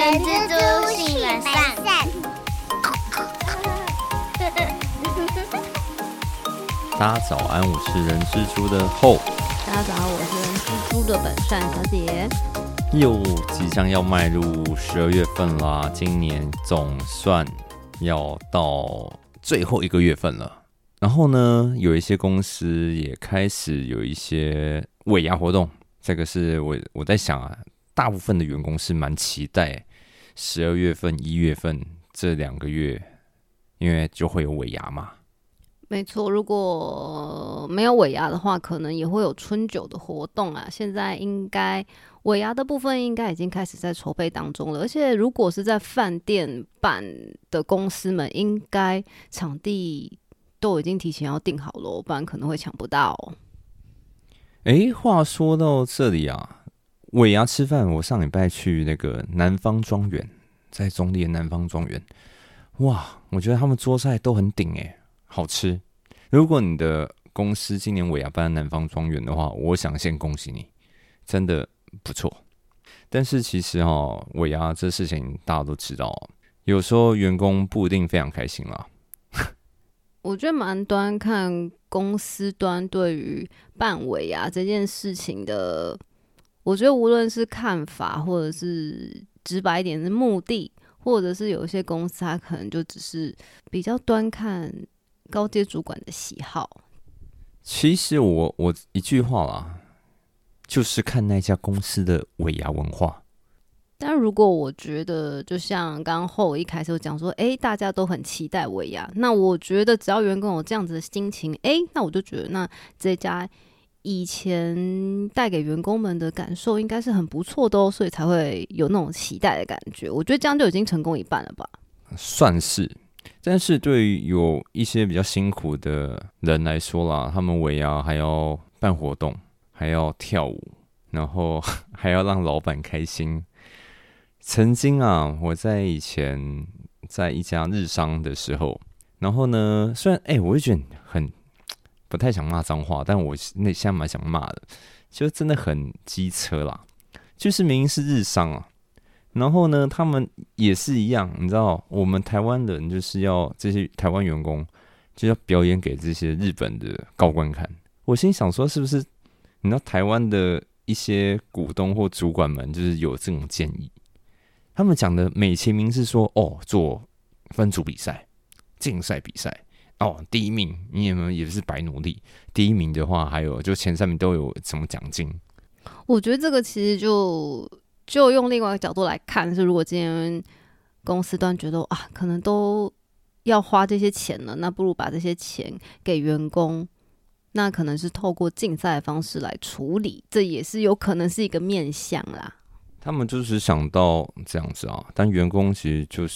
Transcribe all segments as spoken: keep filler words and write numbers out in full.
人蜘蛛性本善。 大家早安，我是人蜘蛛的后。 大家早，我是人蜘蛛的本善小姐。 又即将要迈入十二月份啦，今年总算要到最后一个月份了。然后呢，有一些公司也开始有一些尾牙活动，这个是我我在想啊，大部分的员工是蛮期待十二月份、一月份这两个月，因为就会有尾牙嘛。 没错，如果没有尾牙的话，可能也会有春酒的活动啊。现在应该尾牙的部分应该已经开始在筹备当中了，而且如果是在饭店办的公司们，应该场地都已经提前要订好了，不然可能会抢不到哦。 哎，话说到这里啊，尾牙吃饭，我上礼拜去那个南方庄园，在中立的南方庄园，哇，我觉得他们桌菜都很顶哎，好吃。如果你的公司今年尾牙办南方庄园的话，我想先恭喜你，真的不错。但是其实哦，尾牙这事情大家都知道，有时候员工不一定非常开心啦。 我觉得蛮端看公司端对于办尾牙这件事情的，我觉得无论是看法，或者是直白一点的目的，或者是有一些公司它可能就只是比较端看高阶主管的喜好。 其实我我一句话啦，就是看那家公司的尾牙文化。 但如果我觉得，就像刚刚后一开始有讲说，哎，大家都很期待尾牙，那我觉得只要员工有这样子的心情，哎，那我就觉得那这家以前带给员工们的感受应该是很不错的哦，所以才会有那种期待的感觉。我觉得这样就已经成功一半了吧。 算是，但是对于有一些比较辛苦的人来说啦，他们尾牙还要办活动，还要跳舞，然后还要让老板开心。曾经啊，我在以前在一家日商的时候，然后呢，虽然哎、欸，我就觉得很不太想骂脏话，但我那现在蛮想骂的，就真的很机车啦。就是明明是日商啊，然后呢，他们也是一样，你知道，我们台湾人就是要这些台湾员工就要表演给这些日本的高官看。我心想说，是不是你知道台湾的一些股东或主管们就是有这种建议？他们讲的美其名是说，哦，做分组比赛、竞赛比赛，哦，第一名你有没有也是白努力？第一名的话，还有就前三名都有什么奖金？ 我觉得这个其实就就用另外一个角度来看，是如果今天公司端觉得啊，可能都要花这些钱了，那不如把这些钱给员工，那可能是透过竞赛的方式来处理，这也是有可能是一个面向啦。 他们就是想到这样子啊，但员工其实就是，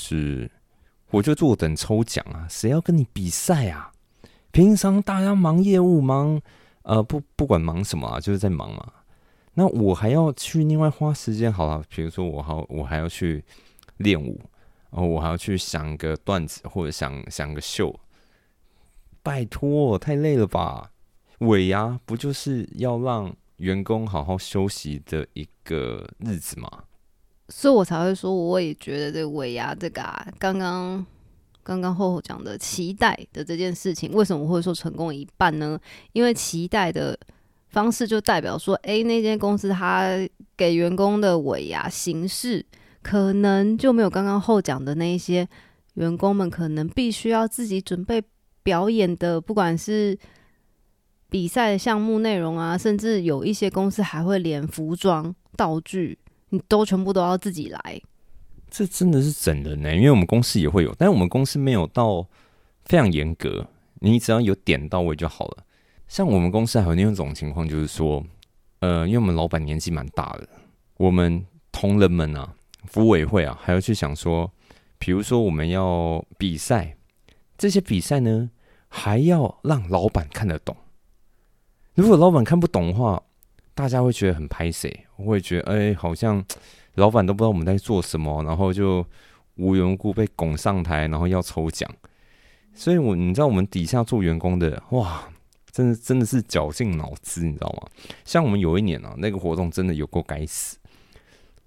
我就坐等抽奖啊，谁要跟你比赛啊？平常大家忙业务忙，呃，不不管忙什么啊，就是在忙嘛。那我还要去另外花时间，好了，比如说我好，我还要去练舞，然后我还要去想个段子或者想想个秀，拜托，太累了吧？尾牙不就是要让员工好好休息的一个日子嘛， 所以我才会说，我也觉得这个尾牙这个啊，刚刚刚刚厚厚讲的期待的这件事情，为什么我会说成功一半呢？因为期待的方式就代表说，哎，那间公司它给员工的尾牙形式，可能就没有刚刚后讲的那一些员工们可能必须要自己准备表演的，不管是比赛的项目内容啊，甚至有一些公司还会连服装、道具，你都全部都要自己来。 这真的是整人呢、欸，因为我们公司也会有，但是我们公司没有到非常严格，你只要有点到位就好了。像我们公司还有另一种情况，就是说，呃，因为我们老板年纪蛮大的，我们同仁们啊，服委会啊，还要去想说，比如说我们要比赛，这些比赛呢，还要让老板看得懂。如果老板看不懂的话，大家会觉得很拍谁，会觉得哎、欸，好像老板都不知道我们在做什么，然后就无缘无故被拱上台，然后要抽奖。所以我你知道我们底下做员工的，哇，真的真的是绞尽脑汁，你知道吗？像我们有一年啊，那个活动真的有够该死。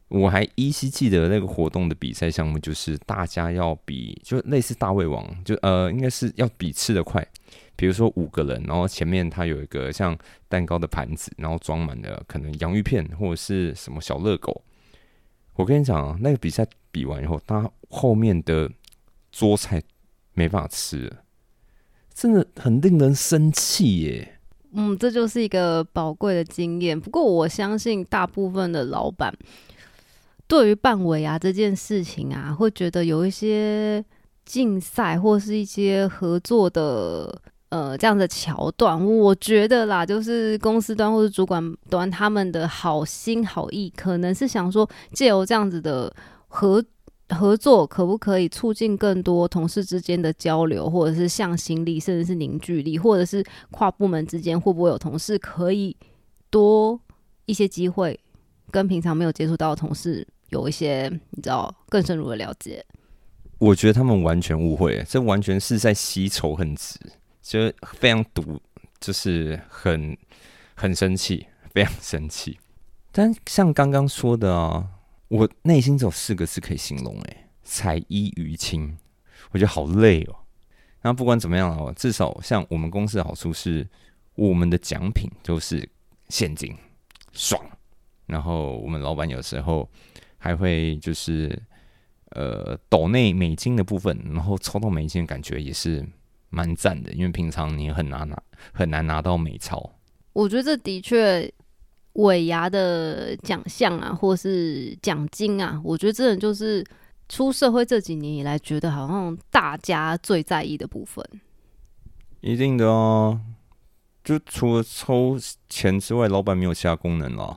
我还依稀记得那个活动的比赛项目，就是大家要比，就类似大胃王，就呃，应该是要比吃得快。比如说五个人，然后前面它有一个像蛋糕的盘子，然后装满了可能洋芋片或者是什么小热狗。我跟你讲啊，那个比赛比完以后，他后面的桌菜没办法吃了，真的很令人生气耶。 嗯，这就是一个宝贵的经验。不过我相信大部分的老板对于办尾牙这件事情啊，会觉得有一些竞赛或是一些合作的呃这样的桥段，我觉得啦，就是公司端或是主管端他们的好心好意，可能是想说借由这样子的合合作，可不可以促进更多同事之间的交流，或者是向心力，甚至是凝聚力，或者是跨部门之间会不会有同事可以多一些机会，跟平常没有接触到的同事有一些你知道更深入的了解。 我觉得他们完全误会，这完全是在吸仇恨值，就非常毒，就是很很生气，非常生气。但像刚刚说的啊，我内心只有四个字可以形容，哎，彩衣娱亲，我觉得好累哦。那不管怎么样哦，至少像我们公司的好处是，我们的奖品都是现金，爽。然后我们老板有时候还会就是呃斗内美金的部分，然后抽到美金的感觉也是蛮赞的，因为平常你很难拿很难拿到美钞。 我觉得这的确尾牙的奖项啊，或是奖金啊，我觉得真的就是出社会这几年以来，觉得好像大家最在意的部分。 一定的哦，就除了抽钱之外，老板没有其他功能了。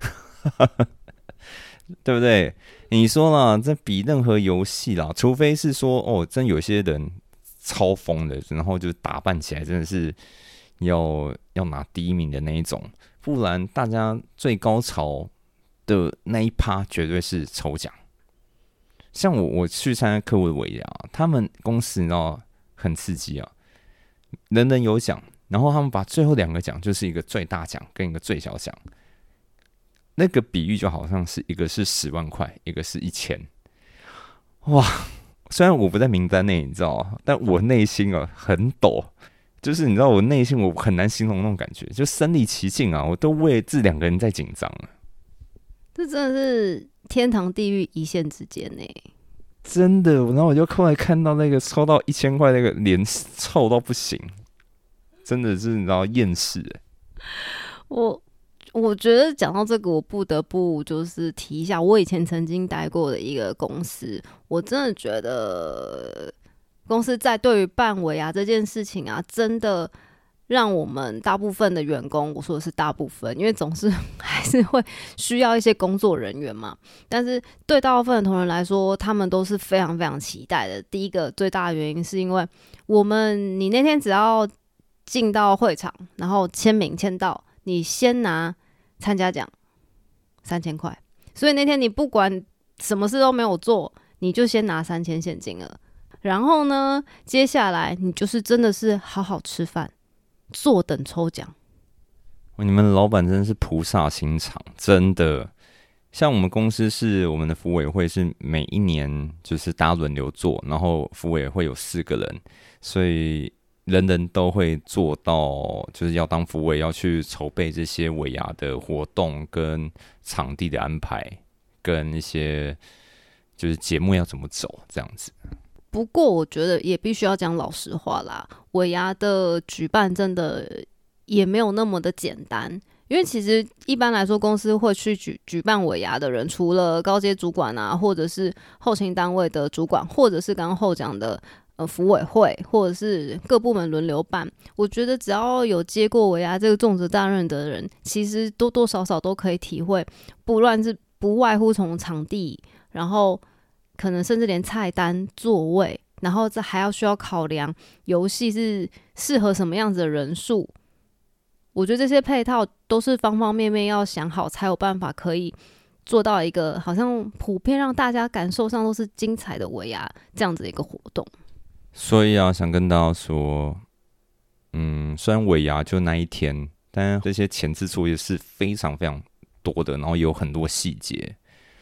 对不对？你说啦，这比任何游戏啦，除非是说哦，真有些人超疯的，然后就打扮起来真的是要要拿第一名的那一种，不然大家最高潮的那一趴绝对是抽奖。像我我去参加客户的尾牙，他们公司你知道很刺激啊，人人有奖，然后他们把最后两个奖就是一个最大奖跟一个最小奖。那个比喻就好像是一个是十万块，一个是一千，哇！虽然我不在名单内，你知道吗？但我内心啊很抖，就是你知道我内心我很难形容那种感觉，就身临其境啊，我都为这两个人在紧张啊。 这真的是天堂地狱一线之间呢， 真的。然后我就后来看到那个抽到一千块那个脸臭到不行，真的是你知道厌世欸。 我。我觉得讲到这个，我不得不就是提一下，我以前曾经待过的一个公司，我真的觉得公司在对于办尾牙这件事情啊，真的让我们大部分的员工，我说的是大部分，因为总是还是会需要一些工作人员嘛，但是对大部分的同仁来说，他们都是非常非常期待的。第一个最大的原因是因为我们，你那天只要进到会场，然后签名签到，你先拿参加奖三千块，所以那天你不管什么事都没有做，你就先拿三千现金了。然后呢，接下来你就是真的是好好吃饭，坐等抽奖。 你们老板真的是菩萨心肠，真的。像我们公司是我们的福委会是每一年就是大家轮流做，然后福委会有四个人，所以人人都会做到，就是要当福委，要去筹备这些尾牙的活动跟场地的安排，跟一些就是节目要怎么走这样子。 不过我觉得也必须要讲老实话啦，尾牙的举办真的也没有那么的简单。因为其实一般来说，公司会去 举, 举办尾牙的人，除了高阶主管啊，或者是后勤单位的主管，或者是刚刚后讲的呃福委会，或者是各部门轮流办。我觉得只要有接过尾牙这个重责大任的人，其实多多少少都可以体会，不论是不外乎从场地，然后可能甚至连菜单、座位，然后这还要需要考量游戏是适合什么样子的人数。我觉得这些配套都是方方面面要想好，才有办法可以做到一个好像普遍让大家感受上都是精彩的尾牙这样子的一个活动。 所以啊，想跟大家说，嗯，虽然尾牙就那一天，但这些前置作业是非常非常多的，然后也有很多细节。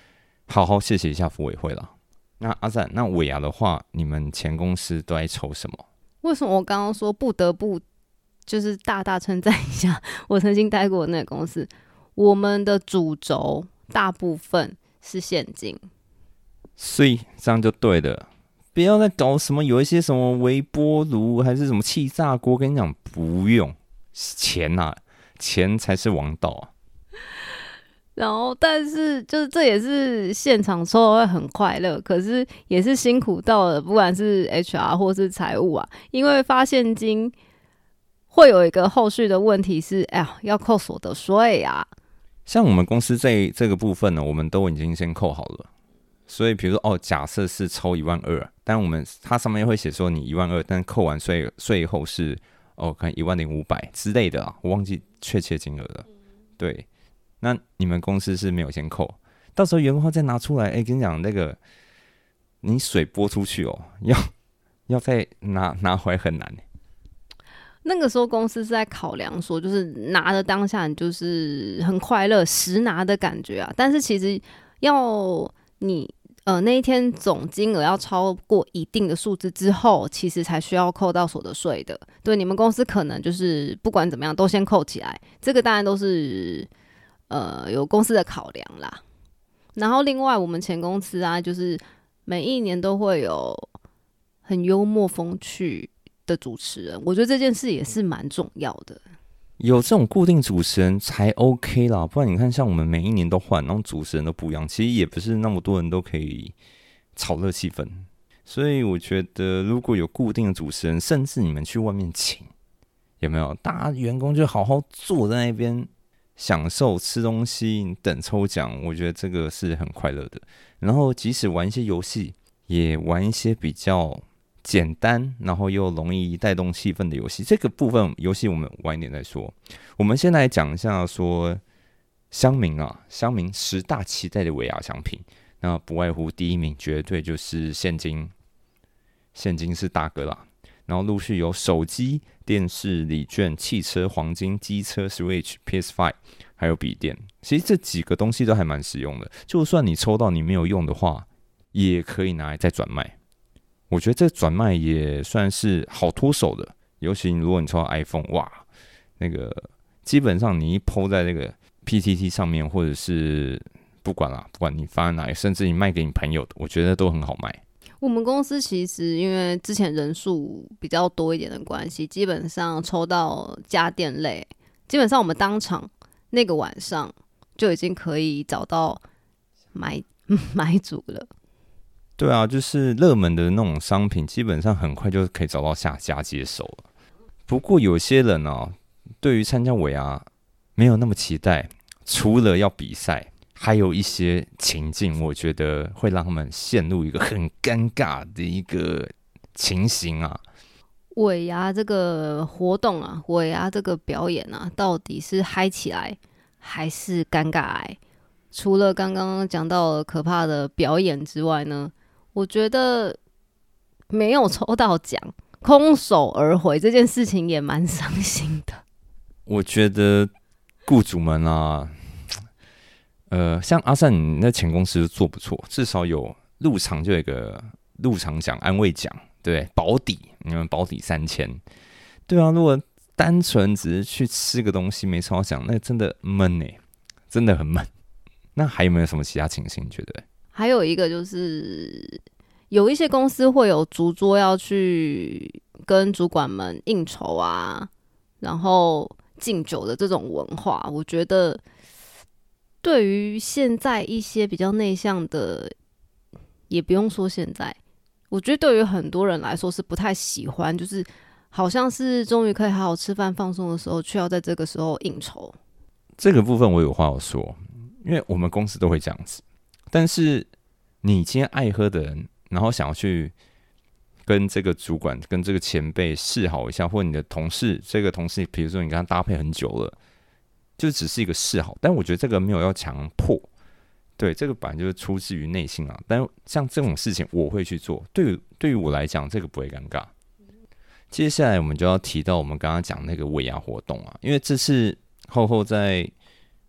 好好谢谢一下福委会啦。那阿赞，那尾牙的话，你们前公司都在抽什么？ 为什么我刚刚说不得不就是大大称赞一下我曾经待过的那个公司？我们的主轴大部分是现金， 所以这样就对了。不要再搞什么有一些什么微波炉还是什么气炸锅，跟你讲不用钱啊，钱才是王道啊。 然后，但是就是这也是现场抽会很快乐，可是也是辛苦到了，不管是 H R 或是财务啊，因为发现金会有一个后续的问题是，哎呀，要扣所得税啊。 像我们公司在这个部分呢，我们都已经先扣好了。所以，比如说，哦，假设是抽一万二，但我们它上面会写说你一万二，但扣完税税后是哦，可能一万零五百之类的啊，我忘记确切金额了。对。那你们公司是没有先扣，到时候员工再拿出来，哎、欸，跟你讲那个，你水拨出去哦，要要再拿拿回来很难。 那个时候公司是在考量说，就是拿的当下你就是很快乐，实拿的感觉啊。但是其实要你呃那一天总金额要超过一定的数字之后，其实才需要扣到所得税的。对，你们公司可能就是不管怎么样都先扣起来，这个当然都是。呃，有公司的考量啦。然后另外，我们前公司啊，就是每一年都会有很幽默风趣的主持人，我觉得这件事也是蛮重要的。 有这种固定主持人才 OK 啦，不然你看，像我们每一年都换，然后主持人都不一样，其实也不是那么多人都可以炒热气氛。所以我觉得，如果有固定的主持人，甚至你们去外面请，有没有？大家员工就好好坐在那边。享受吃东西，等抽奖，我觉得这个是很快乐的。然后即使玩一些游戏，也玩一些比较简单，然后又容易带动气氛的游戏。这个部分游戏我们晚一点再说。我们先来讲一下说乡民啊，乡民十大期待的尾牙奖品，那不外乎第一名绝对就是现金，现金是大哥啦。然后陆续有手机、电视、礼券、汽车、黄金、机车、Switch、P S 五， 还有笔电。其实这几个东西都还蛮实用的，就算你抽到你没有用的话，也可以拿来再转卖。我觉得这转卖也算是好脱手的，尤其如果你抽到 iPhone， 哇，那个基本上你一 po 在那个 P T T 上面，或者是不管啦，不管你发在哪里，甚至你卖给你朋友的，我觉得都很好卖。 我们公司其实因为之前人数比较多一点的关系，基本上抽到家电类，基本上我们当场那个晚上就已经可以找到买买主了。 对啊，就是热门的那种商品，基本上很快就可以找到下家接手了。不过有些人啊，对于参加尾牙没有那么期待，除了要比赛。还有一些情境，我觉得会让他们陷入一个很尴尬的一个情形啊。 尾牙这个活动啊，尾牙这个表演啊，到底是嗨起来还是尴尬癌？除了刚刚讲到了可怕的表演之外呢，我觉得没有抽到奖，空手而回这件事情也蛮伤心的。 我觉得雇主们啊。呃，像阿善，你那前公司做不错，至少有入场就有一个入场奖、安慰奖，对，保底，你们保底三千，对啊。如果单纯只是去吃个东西没抽奖，那真的闷哎、欸，真的很闷。那还有没有什么其他情形？觉得还有一个就是有一些公司会有逐桌要去跟主管们应酬啊，然后敬酒的这种文化，我觉得。对于现在一些比较内向的，也不用说现在，我觉得对于很多人来说是不太喜欢，就是好像是终于可以好好吃饭放松的时候，却要在这个时候应酬。 这个部分我有话要说，因为我们公司都会这样子。但是你今天爱喝的人，然后想要去跟这个主管、跟这个前辈示好一下，或者你的同事，这个同事，比如说你跟他搭配很久了。就只是一个示好，但我觉得这个没有要强迫，对，这个本来就是出自于内心啊。但像这种事情，我会去做。对于对于我来讲，这个不会尴尬。接下来我们就要提到我们刚刚讲那个尾牙活动啊，因为这次厚厚在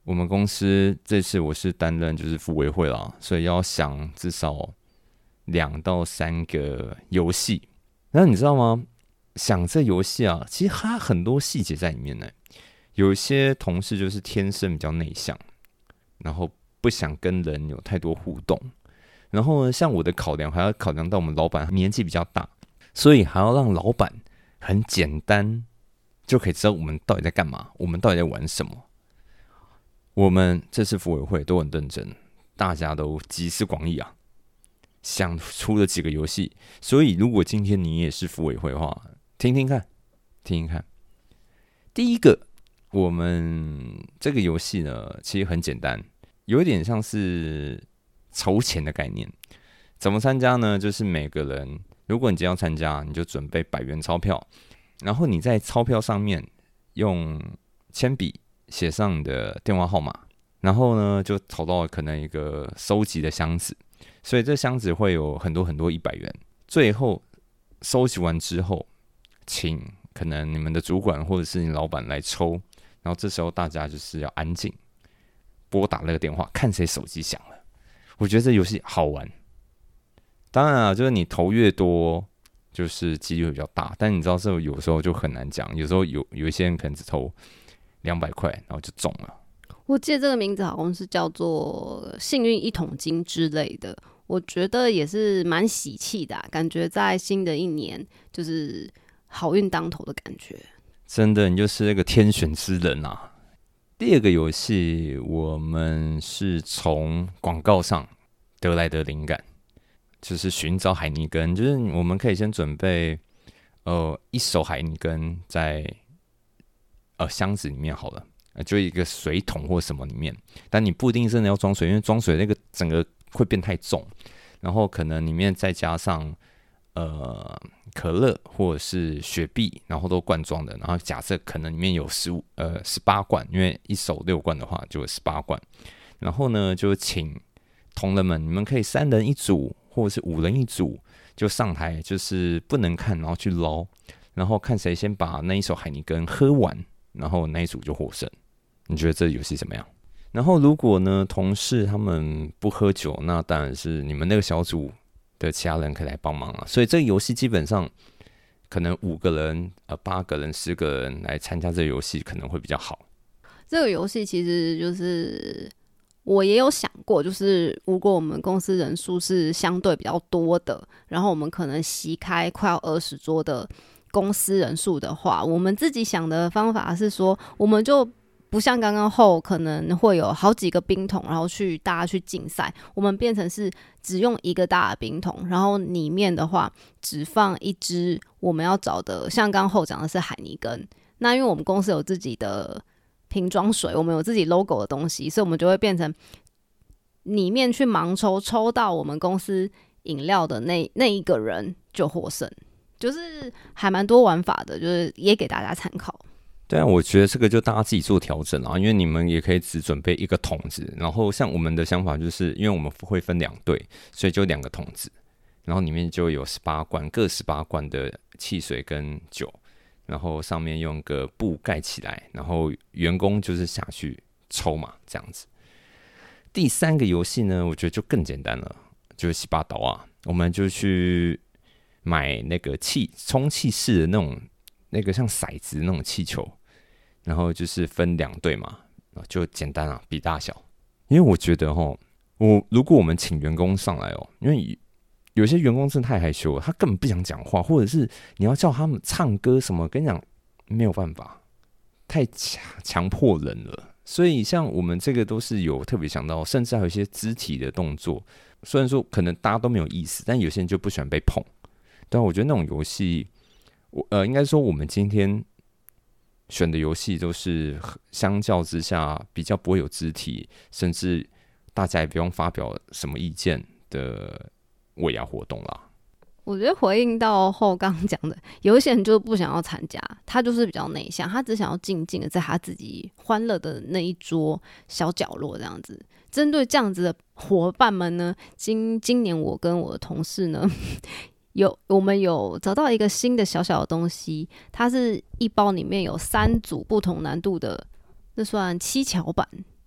我们公司这次我是担任就是副委会啦，所以要想至少两到三个游戏。然后你知道吗？想这游戏啊，其实它很多细节在里面呢。有一些同事就是天生比较内向，然后不想跟人有太多互动。然后呢，像我的考量还要考量到我们老板年纪比较大，所以还要让老板很简单就可以知道我们到底在干嘛，我们到底在玩什么。我们这次服委会都很认真，大家都集思广益啊，想出了几个游戏。所以如果今天你也是服委会的话，听听看，听听看。第一个，我们这个游戏呢，其实很简单，有一点像是筹钱的概念。怎么参加呢？就是每个人，如果你今天要参加，你就准备百元钞票，然后你在钞票上面用铅笔写上你的电话号码，然后呢就投到可能一个收集的箱子，所以这箱子会有很多很多一百元。最后收集完之后，请可能你们的主管或者是你老板来抽，然后这时候大家就是要安静，拨打那个电话，看谁手机响了。我觉得这游戏好玩。当然啊，就是你投越多，就是几率比较大。但你知道这有时候就很难讲，有时候有有一些人可能只投两百块，然后就中了。 我记得这个名字好像是叫做幸运一桶金之类的，我觉得也是蛮喜气的、啊，感觉在新的一年就是好运当头的感觉。 真的，你就是那个天选之人啊！第二个游戏，我们是从广告上得来的灵感，就是寻找海尼根。就是我们可以先准备呃一手海尼根在呃箱子里面好了。就一个水桶或什么里面，但你不一定真的要装水，因为装水那个整个会变太重，然后可能里面再加上呃可乐或者是雪碧，然后都罐装的，然后假设可能里面有十五呃十八罐，因为一手六罐的话就有十八罐，然后呢就请同仁们，你们可以三人一组或者是五人一组，就上台就是不能看，然后去捞，然后看谁先把那一手海尼根喝完，然后那一组就获胜。你觉得这游戏怎么样？然后如果呢，同事他们不喝酒，那当然是你们那个小组的其他人可以来帮忙了。所以这个游戏基本上可能五个人、呃八个人、十个人来参加这个游戏可能会比较好。 这个游戏其实就是我也有想过，就是如果我们公司人数是相对比较多的，然后我们可能席开快要二十桌的公司人数的话，我们自己想的方法是说，我们就不像刚刚后可能会有好几个冰桶，然后去大家去竞赛，我们变成是只用一个大的冰桶，然后里面的话只放一支我们要找的，像刚刚后讲的是海尼根。那因为我们公司有自己的瓶装水，我们有自己 logo 的东西，所以我们就会变成里面去盲抽，抽到我们公司饮料的那那一个人就获胜，就是还蛮多玩法的，就是也给大家参考。 对啊，我觉得这个就大家自己做调整啊，因为你们也可以只准备一个桶子，然后像我们的想法就是，因为我们会分两队，所以就两个桶子，然后里面就有十八罐，各十八罐的汽水跟酒，然后上面用个布盖起来，然后员工就是下去抽嘛，这样子。第三个游戏呢，我觉得就更简单了，就是洗把刀啊，我们就去买那个气充气式的那种。那个像骰子那种气球，然后就是分两队嘛，就简单啊，比大小。因为我觉得齁，我如果我们请员工上来哦，因为有些员工真的太害羞了，他根本不想讲话，或者是你要叫他们唱歌什么，跟你讲没有办法，太强强迫人了。所以像我们这个都是有特别想到，甚至还有一些肢体的动作。虽然说可能大家都没有意思，但有些人就不喜欢被碰。但我觉得那种游戏。我呃，应该说我们今天选的游戏都是相较之下比较不会有肢体，甚至大家也不用发表什么意见的尾牙活动啦。 我觉得回应到后刚刚讲的，有一些人就不想要参加，他就是比较内向，他只想要静静的在他自己欢乐的那一桌小角落这样子。针对这样子的伙伴们呢，今今年我跟我的同事呢。有，我们有找到一个新的小小的东西，它是一包里面有三组不同难度的，那算七巧板，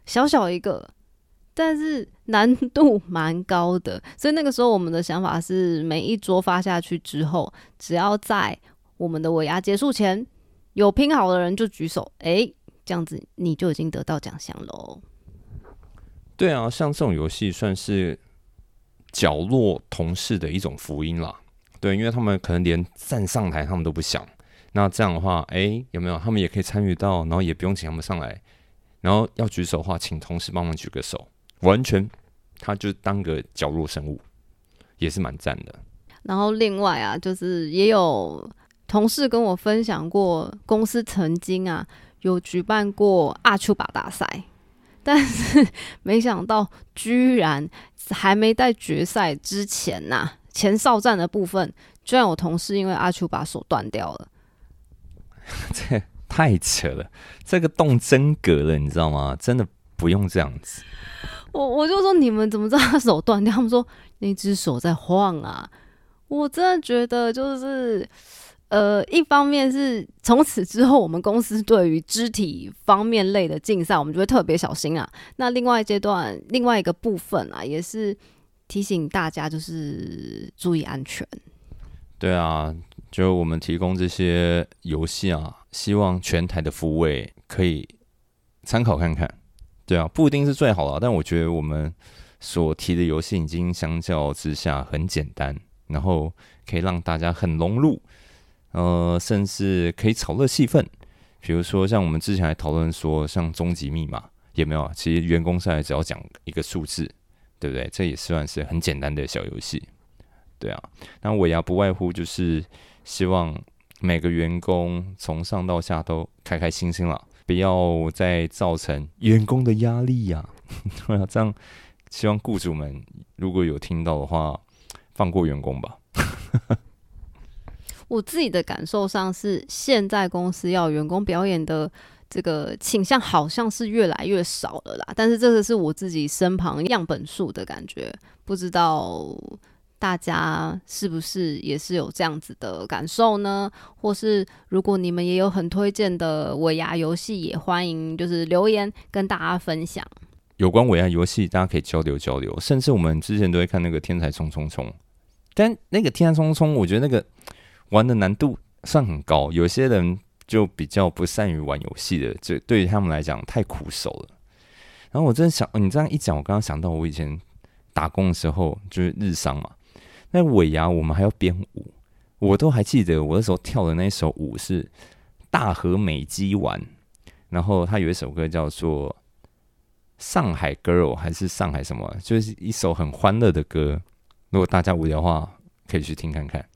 小小一个，但是难度蛮高的，所以那个时候我们的想法是，每一桌发下去之后，只要在我们的尾牙结束前有拼好的人就举手，哎，这样子你就已经得到奖项喽。 对啊，像这种游戏算是角落同事的一种福音啦。对，因为他们可能连站上台他们都不想，那这样的话，哎，有没有？他们也可以参与到，然后也不用请他们上来，然后要举手的话，请同事帮忙举个手，完全他就当个角落生物，也是蛮赞的。 然后另外啊，就是也有同事跟我分享过，公司曾经啊有举办过阿丘巴大赛，但是没想到居然还没在决赛之前呐、啊，前哨战的部分，居然有同事因为阿丘把手断掉了。 这太扯了，这个洞真隔了，你知道吗？真的不用这样子。 我我就说你们怎么知道他手断掉？他们说那只手在晃啊。我真的觉得就是，呃，一方面是从此之后我们公司对于肢体方面类的竞赛，我们就会特别小心啊。那另外阶段另外一个部分啊，也是提醒大家就是注意安全。 对啊，就我们提供这些游戏啊，希望全台的服委可以参考看看。对啊，不一定是最好啦，但我觉得我们所提的游戏已经相较之下很简单，然后可以让大家很融入，呃，甚至可以炒热气氛。比如说像我们之前还讨论说，像终极密码有没有？其实员工赛只要讲一个数字，对不对？这也算是很简单的小游戏。对啊，那尾牙不外乎就是希望每个员工从上到下都开开心心啦，不要再造成员工的压力呀、啊。这样，希望雇主们如果有听到的话，放过员工吧。 我自己的感受上是，现在公司要员工表演的这个倾向好像是越来越少了啦。但是这个是我自己身旁样本数的感觉，不知道大家是不是也是有这样子的感受呢？或是如果你们也有很推荐的尾牙游戏，也欢迎就是留言跟大家分享。 有关尾牙游戏，大家可以交流交流。甚至我们之前都会看那个《天才冲冲冲》，但那个《天才冲冲冲》，我觉得那个玩的难度算很高，有些人就比较不善于玩游戏的，就对于他们来讲太苦手了。然后我真的想，你这样一讲，我刚刚想到我以前打工的时候，就是日商嘛。那尾牙我们还要编舞，我都还记得我那时候跳的那一首舞是大和美姬丸，然后他有一首歌叫做上海 girl 还是上海什么，就是一首很欢乐的歌，如果大家无聊的话可以去听看看。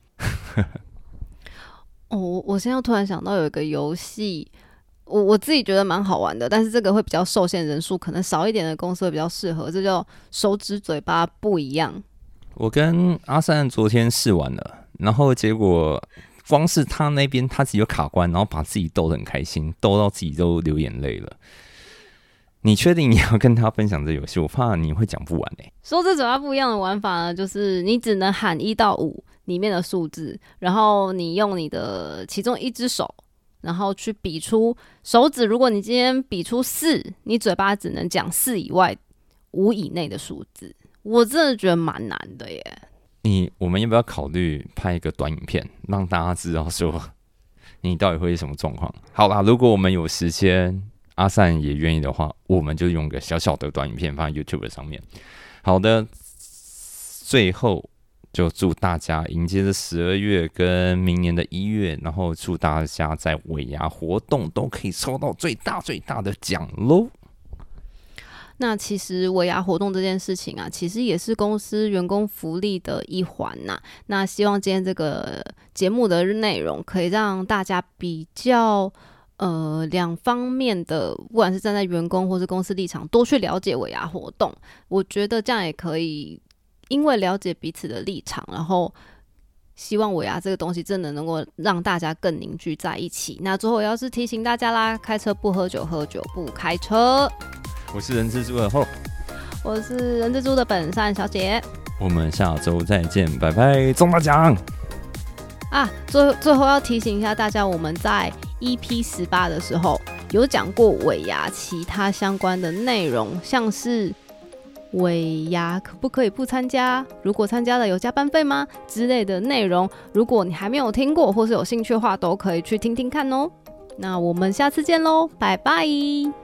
哦，我现在突然想到有一个游戏，我我自己觉得蛮好玩的，但是这个会比较受限人数可能少一点的公司会比较适合，这叫手指嘴巴不一样。 我跟阿善昨天试完了，然后结果光是他那边他自己有卡关，然后把自己逗得很开心，逗到自己都流眼泪了。你确定你要跟他分享这游戏？我怕你会讲不完欸。 手指嘴巴不一样的玩法呢，就是你只能喊一到五里面的数字，然后你用你的其中一只手，然后去比出手指。如果你今天比出四，你嘴巴只能讲四以外五以内的数字。我真的觉得蛮难的耶。 你我们要不要考虑拍一个短影片，让大家知道说你到底会是什么状况？好啦，如果我们有时间，阿善也愿意的话，我们就用个小小的短影片放在 YouTube 上面。好的，最后就祝大家迎接着十二月跟明年的一月，然后祝大家在尾牙活动都可以抽到最大最大的奖喽。 那其实尾牙活动这件事情啊，其实也是公司员工福利的一环呐。那希望今天这个节目的内容可以让大家比较呃两方面的，不管是站在员工或是公司立场，多去了解尾牙活动。我觉得这样也可以，因为了解彼此的立场，然后希望尾牙这个东西真的能够让大家更凝聚在一起。那最后要是提醒大家啦，开车不喝酒，喝酒不开车。 我是人蜘蛛的后， 我是人蜘蛛的本善小姐。 我们下周再见，拜拜！中大奖啊！ 最最后要提醒一下大家，我们在 E P 十八的时候有讲过尾牙其他相关的内容，像是尾牙可不可以不参加？如果参加了有加班费吗？之类的内容，如果你还没有听过或是有兴趣的话，都可以去听听看哦。那我们下次见喽，拜拜。